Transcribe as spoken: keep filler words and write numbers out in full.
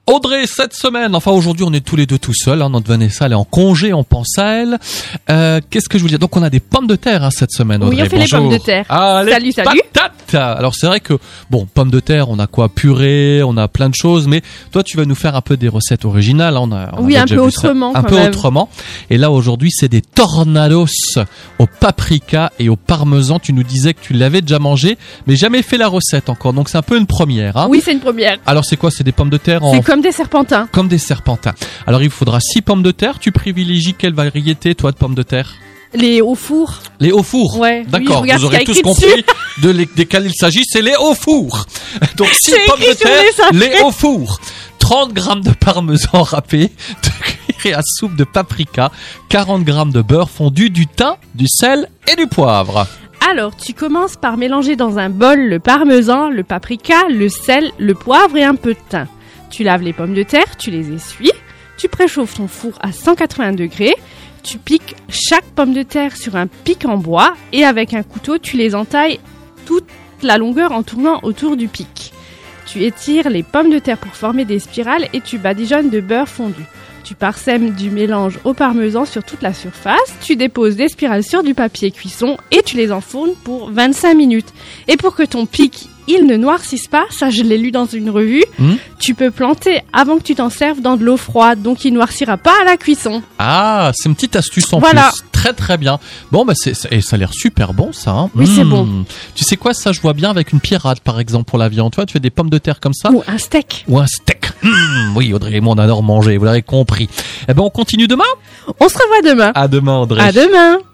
Audrey, cette semaine, enfin aujourd'hui on est tous les deux tout seuls, hein, notre Vanessa elle est en congé, on pense à elle. Euh, qu'est-ce que je veux dire? Donc on a des pommes de terre hein, cette semaine, Audrey. Oui, on fait Bonjour. les pommes de terre. Ah, les salut, salut. patates. Alors c'est vrai que, bon, pommes de terre, on a quoi? Purée, on a plein de choses, mais toi tu vas nous faire un peu des recettes originales. On a, on oui, avait un déjà peu vu ça. autrement. Un quand peu même. autrement. Et là aujourd'hui c'est des tornados au paprika et au parmesan. Tu nous disais que tu l'avais déjà mangé, mais jamais fait la recette encore. Donc c'est un peu une première. Hein. Oui, c'est une première. Alors c'est quoi? C'est des pommes de terre en... C'est comme des serpentins. Comme des serpentins. Alors il faudra six pommes de terre. Tu privilégies quelle variété toi de pommes de terre? Les hauts fours. Les hauts fours. Ouais. D'accord. Oui, vous aurez tous compris de les, desquels il s'agit. C'est les hauts fours. Donc six pommes de terre, les, les hauts fours. trente grammes de parmesan râpé, deux cuillerées à soupe de paprika, quarante grammes de beurre fondu, du thym, du sel et du poivre. Alors, tu commences par mélanger dans un bol le parmesan, le paprika, le sel, le poivre et un peu de thym. Tu laves les pommes de terre, tu les essuies, tu préchauffes ton four à cent quatre-vingts degrés, tu piques chaque pomme de terre sur un pic en bois et avec un couteau, tu les entailles toute la longueur en tournant autour du pic. Tu étires les pommes de terre pour former des spirales et tu badigeonnes de beurre fondu. Tu parsèmes du mélange au parmesan sur toute la surface, tu déposes des spirales sur du papier cuisson et tu les enfournes pour vingt-cinq minutes. Et pour que ton pic, il ne noircisse pas, ça je l'ai lu dans une revue, mmh. tu peux planter avant que tu t'en serves dans de l'eau froide, donc il noircira pas à la cuisson. Ah, c'est une petite astuce en voilà. plus. Très très bien. Bon, bah c'est, et ça a l'air super bon ça. Hein. Oui, mmh. c'est bon. Tu sais quoi, ça je vois bien avec une pirate par exemple pour la viande. Tu vois, tu fais des pommes de terre comme ça. Ou un steak. Ou un steak. Mmh, oui, Audrey et moi on adore manger, vous l'avez compris. Eh ben on continue demain. On se revoit demain. À demain Audrey. À demain.